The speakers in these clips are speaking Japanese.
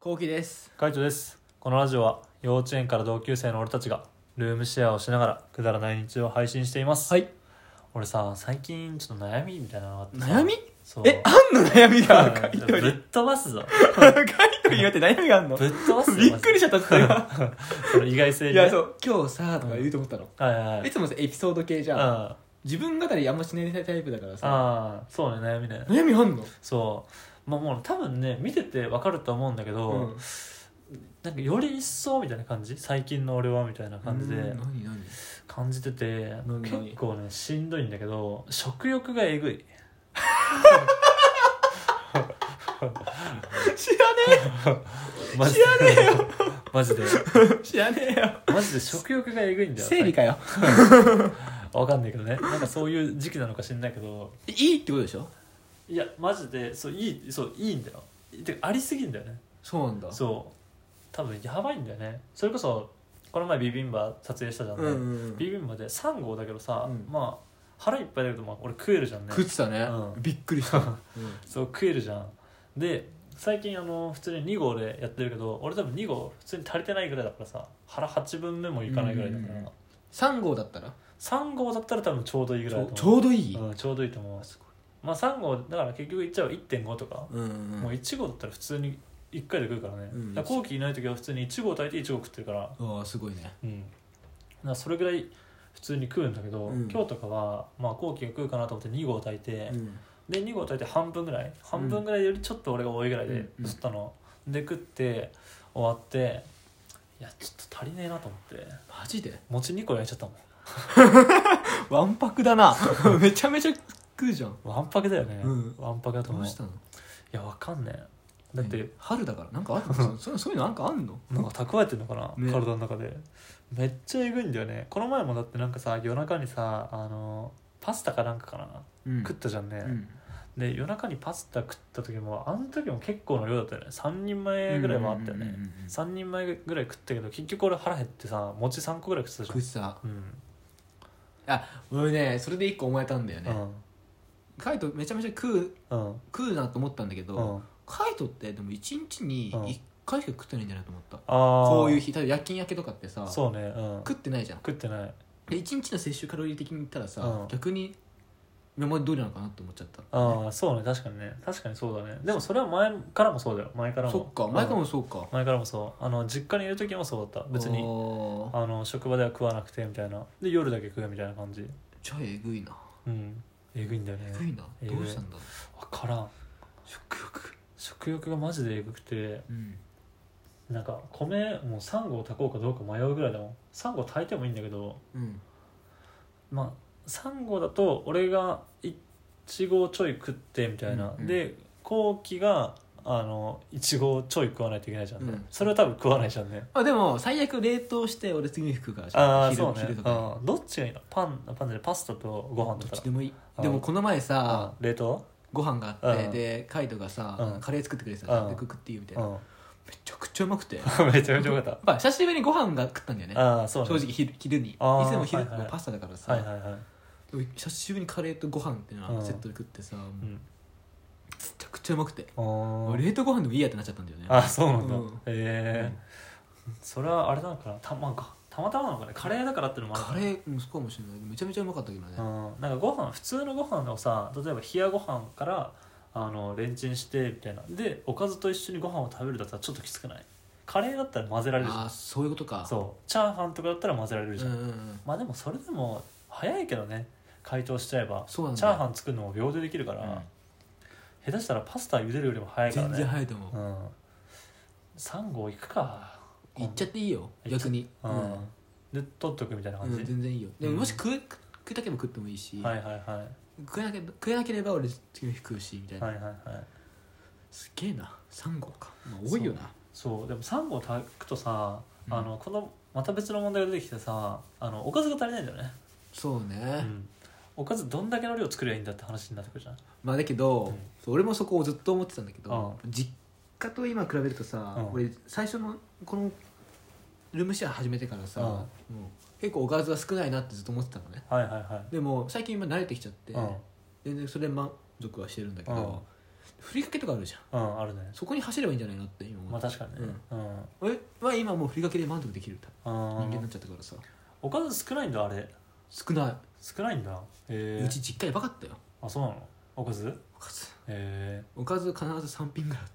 こうきです。 カイトです。このラジオは幼稚園から同級生の俺たちがルームシェアをしながらくだらない日常を配信しています。 はい。 俺さ、最近ちょっと悩みみたいなのがあってさ。 悩み？ そう。 あんの悩みがカイトに。 ぶっ飛ばすぞ。 カイトに言われて悩みがあんの？ ぶっ飛ばすぞ。 びっくりしちゃったって今。 その意外性に、 いや、そう、今日さとか言うと思ったの。 はいはいはい。 いつもさエピソード系じゃん。 あ自分語りあんましないタイプだからさ。 あ、そうね、悩みね。 悩みあんの？ そう。まあもう多分ね、見ててわかると思うんだけど、なんかより一層みたいな感じ、最近の俺はみたいな感じで何感じてて、 何結構ねしんどいんだけど、食欲がえぐい。 知らねマジ知らねえよマジで知らねえよ。 マジで食欲がえぐいんだよ。 生理かよ。 わかんないけどね、なんかそういう時期なのか知んないけど、 いいってことでしょ？ いやマジでそういいんだよ。てかありすぎんだよね。 そうなんだ。 そう多分やばいんだよね。それこそこの前ビビンバ撮影したじゃんね、ビビンバで3号だけどさ、まあ腹いっぱいだけど、まあ俺食えるじゃんね。 食ってたね、びっくりした、 そう食えるじゃん。で最近普通に2号でやってるけど、俺多分2号普通に足りてないぐらいだからさ、腹8分目もいかないぐらいだから、 3号だったら 3号だったら多分ちょうどいいぐらいだとち思う。 ょうどいい、 ちょうどいいと思う。まあ3号だから結局いっちゃう 1.5 とか、もう1号だったら普通に1回で食うからね。だから後期いない時は普通に1号炊いて1号食ってるから、 ああすごいね。 だからそれぐらい普通に食うんだけど、今日とかはまあ後期が食うかなと思って2号炊いて、で2号炊いて半分ぐらいよりちょっと俺が多いぐらいで吸ったの、で食って終わって、いやちょっと足りねえなと思って、 マジで餅2個焼いちゃったもん。 わんぱくだなめちゃめちゃ食うじゃん。 わんぱくだよね、わんぱくだと思う。 どうしたの？ いやわかんねえ。だって、 春だからなんかあるの？そういうのなんかあんの？ なんか蓄えてんのかな、 ね、 体の中で。めっちゃえぐいんだよね。この前もだってなんかさ、夜中にさパスタかなんかかな、食ったじゃんね、で夜中にパスタ食った時も、あの時も結構の量だったよね。3人前ぐらいはあったよね。3人前ぐらい食ったけど結局俺腹減ってさ、餅3個ぐらい食ってたじゃん。 あ、俺ねそれで1個思えたんだよね、カイトめちゃめちゃ食うなと思ったんだけど、カイトってでも1日に1回しか食ってないんじゃないと思った。こういう日、例えば夜勤明けとかってさ、 そうね、 食ってないじゃん。 食ってないで1日の摂取カロリー的に言ったらさ、逆に今まで通りなのかなって思っちゃった、 ああそうね、確かにそうだね。でもそれは前からもそうだよ。前からもそっか、前からもそうか、 前からもそう。実家にいる時もそうだった。別に職場では食わなくてみたいな、で夜だけ食うみたいな感じ。 じゃあえぐいな。 えぐいんだよね。 えぐいな。どうしたんだろう。分からん。食欲がマジでえぐくて、なんか米もう3合炊こうかどうか迷うぐらいだもん。3合炊いてもいいんだけど、まあ3合だと俺が1合ちょい食ってみたいな、で後期が1合ちょい食わないといけないじゃんね、それは多分食わないじゃんね。 でも最悪冷凍して俺次の日食うからじゃん。そうね、 昼とかどっちがいいの？パンでパスタとご飯とか。 どっちでもいい。でもこの前さ、 冷凍ご飯があって、でカイトがさ、カレー作ってくれてさ、で食っていいみたいな、めちゃくちゃうまくてめちゃめちゃうまかった。 久しぶりにご飯が食ったんだよね。正直昼にいつも昼パスタだからさ、久しぶりにカレーとご飯っていうのはセットで食ってさ、めちゃくちゃうまくて、冷凍ご飯でもいいやってなっちゃったんだよね。 そうなんだ。それはあれなのかな、たまたまなのかね。カレーだからっていうのもある。 カレーそうかもしれない。めちゃめちゃうまかったけどね。 なんかご飯、普通のご飯をさ、例えば冷やご飯からレンチンしてみたいなでおかずと一緒にご飯を食べるだったらちょっときつくない？カレーだったら混ぜられるじゃん。 そういうことか。 そうチャーハンとかだったら混ぜられるじゃん、まあでもそれでも早いけどね、解凍しちゃえば。チャーハン作るのも秒でできるから、下手したらパスタ茹でるよりも早いからね。 全然早いと思う。 3合いくか。 いっちゃっていいよ逆に。 で取っとくみたいな感じ。 全然いいよ。でももし食いたければ食ってもいいし、食えなければ俺次の日食うしみたいな。すげえな。3合か、多いよな。 そうでも3合炊くとさ、このまた別の問題が出てきてさ、おかずが足りないんだよね。 そうね、 おかずどんだけの量作ればいいんだって話になってくるじゃん。 だけど、俺もそこをずっと思ってたんだけど、実家と今比べるとさ、俺最初のこのルームシェア始めてからさ、もう結構おかずが少ないなってずっと思ってたのね。でも最近今慣れてきちゃって、全然それ満足はしてるんだけど、 ふりかけとかあるじゃん、あるね。 そこに走ればいいんじゃないのって今思まあ確かにね。 俺は今もうふりかけで満足できる人間になっちゃったからさ。 おかず少ないんだあれ。 少ない。 少ないんだ。 うち実家やばかったよ。 あ、そうなの。おかずおかず必ず3品ぐらいあった。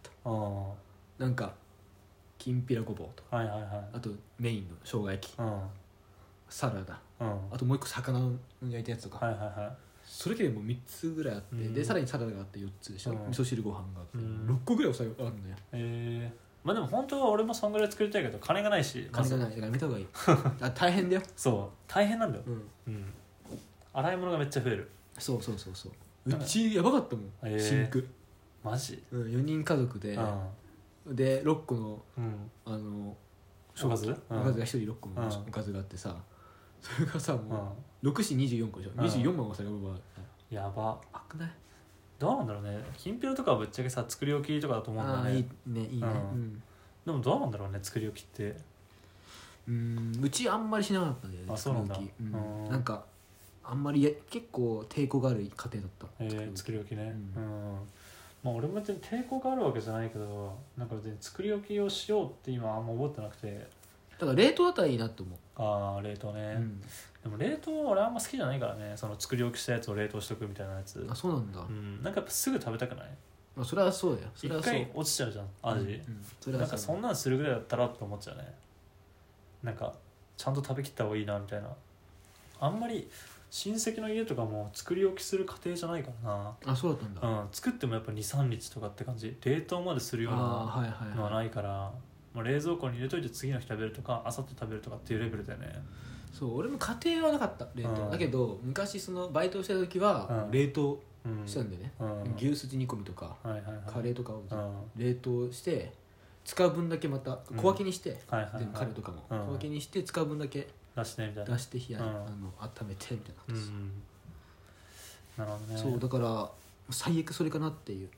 なんかきんぴらごぼうとか、 はいはいはい、 あとメインの生姜焼き、サラダ、あともう一個魚の焼いたやつとか、 はいはいはい、 それだけでもう3つぐらいあって、でさらにサラダがあって4つでしょ、味噌汁ご飯があって、6個ぐらいお酒あるんだよ。 まあでも本当は俺もそんぐらい作りたいけど金がないし、 金がないだからやめた方がいいあ、大変だよ。 そう大変なんだよ、洗い物がめっちゃ増える。 そううちやばかったもん、シンクマジ、 4人家族で、で6個の、 おかずが 1人6個のおかずがあってさ、それがさもう6時24個でしょ、24万お酒がやばくない？ どうなんだろうね。きんぴらとかはぶっちゃけさ作り置きとかだと思うんだよね。 いいねいいね、 でもどうなんだろうね作り置きって。 うちあんまりしなかったんだよね。 そうなんだ。 なんかあんまり結構抵抗がある家庭だった。 作り置きね。まあ俺も別に抵抗があるわけじゃないけど、なんか別に作り置きをしようって今あんま覚えてなくて。 だから冷凍だったらいいなと思う。 ああ冷凍ね、でも冷凍俺あんま好きじゃないからね。その作り置きしたやつを冷凍しとくみたいなやつ。 あ、そうなんだ。 なんかやっぱすぐ食べたくない？ それはそうだよ。 一回落ちちゃうじゃん味、なんかそんなんするぐらいだったらって思っちゃうね。なんかちゃんと食べきった方がいいなみたいな。あんまり親戚の家とかも作り置きする家庭じゃないからな。 あ、そうだったんだ。 作ってもやっぱ 2,3 日とかって感じ。冷凍までするようなのはないから、まあ、冷蔵庫に入れといて次の日食べるとか明後日食べるとかっていうレベルだよね。 そう俺も家庭はなかった冷凍、だけど昔そのバイトしてた時は冷凍したんだよね、牛すじ煮込みとか、カレーとかを冷凍して使う分だけまた小分けにして、カレーとかも小分けにして使う分だけ出してみたいな、 出して温めてみたいな感じ、 なるほどね。 そうだから最悪それかなっていう。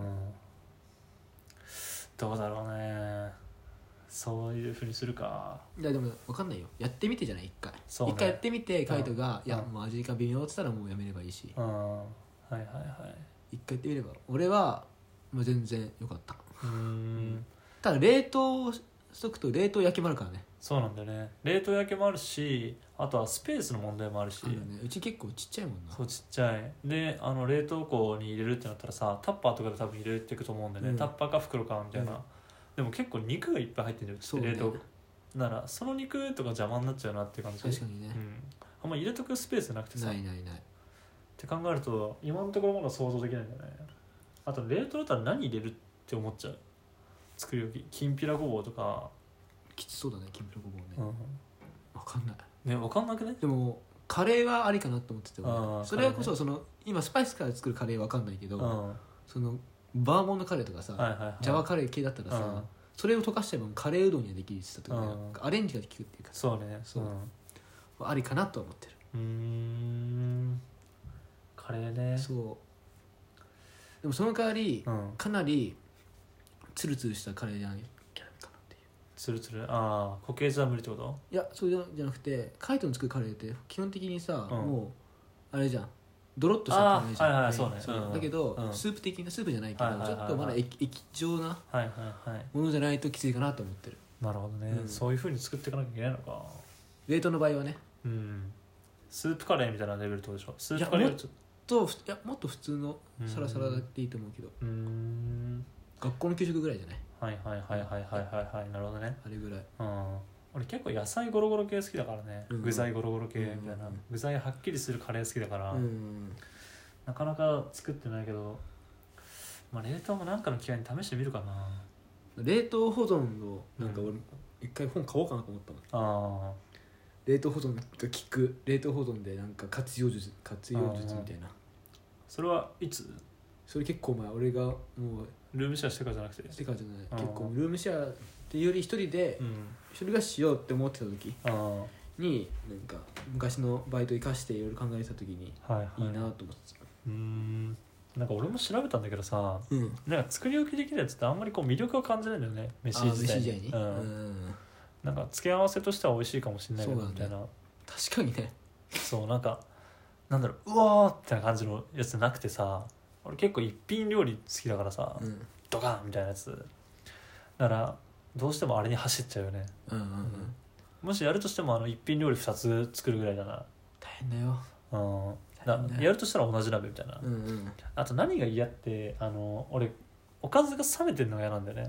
どうだろうね。そういうふうにするか。 いやでも分かんないよ、やってみてじゃない。一回やってみてカイトがいやもう味が微妙って言ったらもうやめればいいし、一回やってみれば。俺はもう全然よかった。ただ冷凍しとくと冷凍焼きもあるからね。 そうなんだよね。冷凍焼きもあるし、あとはスペースの問題もあるし、 うち結構ちっちゃいもんな。 そうちっちゃいで、冷凍庫に入れるってなったらさ、タッパーとかで多分入れていくと思うんだよね、タッパーか袋かみたいな、でも結構肉がいっぱい入ってるんだよ、冷凍ならその肉とか邪魔になっちゃうなっていう感じ。 確かにね、 あんま入れとくスペースなくてさ、 ないって考えると今のところまだ想像できないんだよね。あと冷凍だったら何入れるって思っちゃう。作り置ききんぴらごぼうとかきつそうだね、きんぴらごぼうね、分かんないね。分かんなくね。 でもカレーはありかなと思ってて、それこそその今スパイスから作るカレーは分かんないけど、そのバーモントカレーとかさ、ジャワカレー系だったらさ、それを溶かしちゃえばカレーうどんにはできるって言ったとか、アレンジができるっていうか、 そうね、 ありかなとは思ってる。 カレーね。 そうでもその代わり、かなりツルツルしたカレーじゃないかなっていう。 ツルツル、固形じゃ無理ってこと？ いやそうじゃなくて、カイトの作るカレーって基本的にさ、もうあれじゃん、ドロッとしたカレーじゃん。 そうね。 だけど、スープ的なスープじゃないけど、ちょっとまだ液状なものじゃないときついかなと思ってる。 なるほどね、そういう風に作っていかなきゃいけないのか。 冷凍の場合はね、 スープカレーみたいなレベルってことでしょ。スープカレーはちょっともっと普通のサラサラでいいと思うけど、学校の給食ぐらいじゃない。 なるほどね。 あれぐらい。 俺結構野菜ゴロゴロ系好きだからね、具材ゴロゴロ系みたいな、具材はっきりするカレー好きだから、なかなか作ってないけど、まあ冷凍も何かの機会に試してみるかな。 冷凍保存のなんか俺一回本買おうかなと思ったもん。冷凍保存が効く冷凍保存でなんか活用術みたいな。 それはいつ？ それ結構前、俺がもうルームシェアしてからじゃなくて？ してからじゃない、結構ルームシェアっていうより一人で一人暮らししようって思ってた時に、なんか昔のバイト生かしていろいろ考えてた時にいいなと思ってた。 なんか俺も調べたんだけどさ、なんか作り置きできるやつってあんまりこう魅力を感じないんだよね、飯自体に。なんか付け合わせとしては美味しいかもしれないけどみたいな。 確かにね。 そうなんかなんだろう、うわーってな感じのやつなくてさ、 俺結構一品料理好きだからさ、ドカンみたいなやつだからどうしてもあれに走っちゃうよね。もしやるとしても一品料理2つ作るぐらいだな。 大変だよ。 やるとしたら同じ鍋みたいな、あと何が嫌って俺おかずが冷めてるのが嫌なんだよね。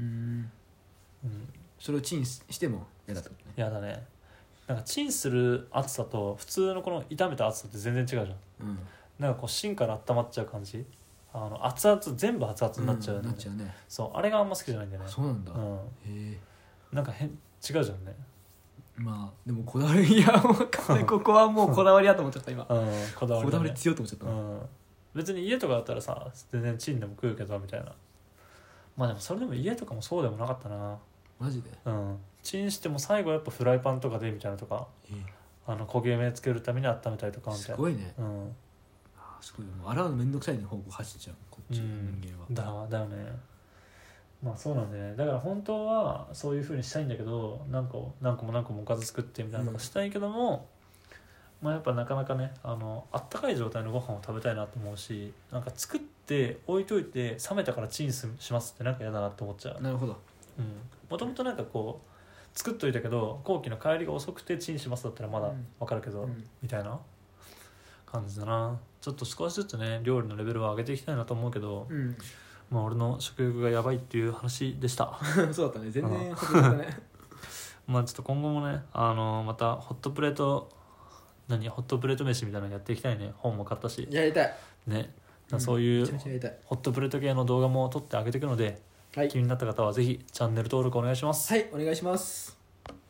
それをチンしても嫌だったね。 嫌だね。なんかチンする熱さと普通のこの炒めた熱さって全然違うじゃん、なんかこう芯から温まっちゃう感じ、熱々全部熱々になっちゃう、 なっちゃうね。 そうあれがあんま好きじゃないんだよね。 そうなんだ。へえ。 なんか違うじゃんね。 まあでもこだわり、いやもうここはもうこだわりだと思っちゃった今。 こだわり強いと思っちゃった。 別に家とかだったらさ全然チンでも食うけどみたいな。まあでもそれでも家とかもそうでもなかったな。 マジで。 チンしても最後やっぱフライパンとかでみたいなとか、焦げ目つけるために温めたりとかみたいな。 すごいね。すごい。もう洗うのめんどくさい方向走っちゃうこっちの人間は。だよね。まあそうなんだよね。だから本当はそういう風にしたいんだけど、何個もおかず作ってみたいなのがしたいけども、まあやっぱなかなかねあったかい状態のご飯を食べたいなと思うし、なんか作って置いといて冷めたからチンしますってなんか嫌だなって思っちゃう。 なるほど。 もともとなんかこう作っといたけど後期の帰りが遅くてチンしますだったらまだ分かるけど、みたいな感じだな。ちょっと少しずつね料理のレベルを上げていきたいなと思うけど、まあ俺の食欲がやばいっていう話でした。 そうだったね。全然外れたね。 まあちょっと今後もねまたホットプレート飯みたいなのやっていきたいね。本も買ったしやりたいね。そういうホットプレート系の動画も撮ってあげていくので、気になった方はぜひチャンネル登録お願いします。 はい、お願いします。